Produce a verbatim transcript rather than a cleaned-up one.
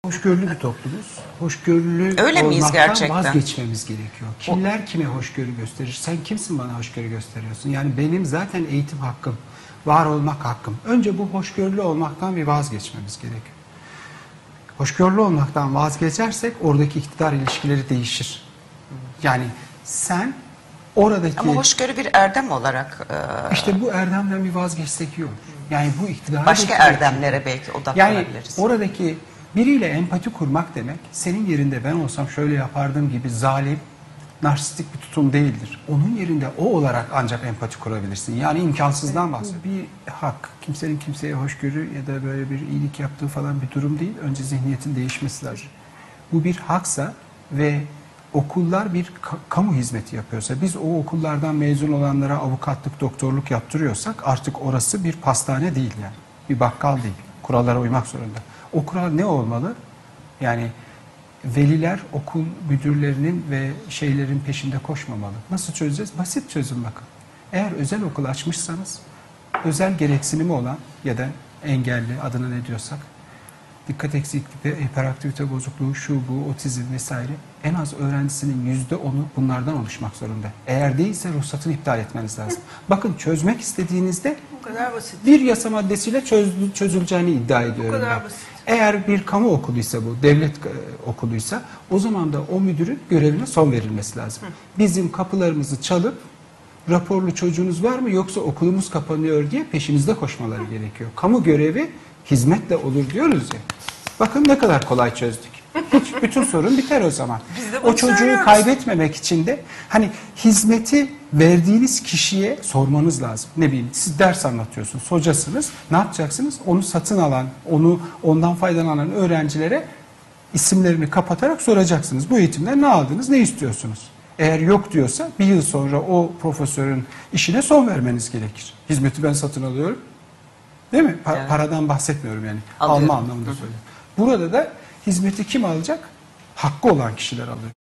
Hoşgörülü bir toplumuz. Hoşgörülü Öyle miyiz olmaktan gerçekten? vazgeçmemiz gerekiyor. Kimler kime hoşgörü gösterir? Sen kimsin bana hoşgörü gösteriyorsun? Yani benim zaten eğitim hakkım, var olmak hakkım. Önce bu hoşgörülü olmaktan bir vazgeçmemiz gerekiyor. Hoşgörülü olmaktan vazgeçersek oradaki iktidar ilişkileri değişir. Yani sen oradaki... Ama hoşgörü bir erdem olarak... E... İşte bu erdemden bir vazgeçsek iyi olur. Yani bu iktidar... Başka erdemlere belki odaklanabiliriz. Yani oradaki biriyle empati kurmak demek, senin yerinde ben olsam şöyle yapardım gibi zalim, narsistik bir tutum değildir. Onun yerinde o olarak ancak empati kurabilirsin. Yani imkansızdan bahsediyor. Bir hak, kimsenin kimseye hoşgörü ya da böyle bir iyilik yaptığı falan bir durum değil. Önce zihniyetin değişmesi lazım. Bu bir haksa ve okullar bir ka kamu hizmeti yapıyorsa, biz o okullardan mezun olanlara avukatlık, doktorluk yaptırıyorsak artık orası bir pastane değil yani. Bir bakkal değil. Kurallara uymak zorunda. O kural ne olmalı? Yani veliler okul müdürlerinin ve şeylerin peşinde koşmamalı. Nasıl çözeceğiz? Basit çözüm bakın. Eğer özel okul açmışsanız özel gereksinimi olan ya da engelli adına ne diyorsak, dikkat eksikliği, hiperaktivite bozukluğu, şu bu, otizm vesaire en az öğrencisinin yüzde onu bunlardan oluşmak zorunda. Eğer değilse ruhsatını iptal etmeniz lazım. Bakın çözmek istediğinizde bu kadar basit. Bir yasa maddesiyle çöz, çözüleceğini iddia ediyorum. Bu kadar ben. basit. Eğer bir kamu okuluysa bu, devlet okuluysa o zaman da o müdürün görevine son verilmesi lazım. Hı. Bizim kapılarımızı çalıp raporlu çocuğunuz var mı yoksa okulumuz kapanıyor diye peşimizde koşmaları gerekiyor. Kamu görevi hizmetle olur diyoruz ya. Bakın ne kadar kolay çözdük. Hiç, bütün sorun biter o zaman. O çocuğu söylüyoruz. Kaybetmemek için de hani hizmeti verdiğiniz kişiye sormanız lazım. Ne bileyim siz ders anlatıyorsunuz, hocasınız. Ne yapacaksınız? Onu satın alan, onu ondan faydalanan öğrencilere isimlerini kapatarak soracaksınız. Bu eğitimden ne aldınız, ne istiyorsunuz? Eğer yok diyorsa bir yıl sonra o profesörün işine son vermeniz gerekir. Hizmeti ben satın alıyorum. Değil mi? Pa evet. Paradan bahsetmiyorum yani. Alıyorum. Alma anlamında söylüyorum. Burada da hizmeti kim alacak? Hakkı olan kişiler alıyor.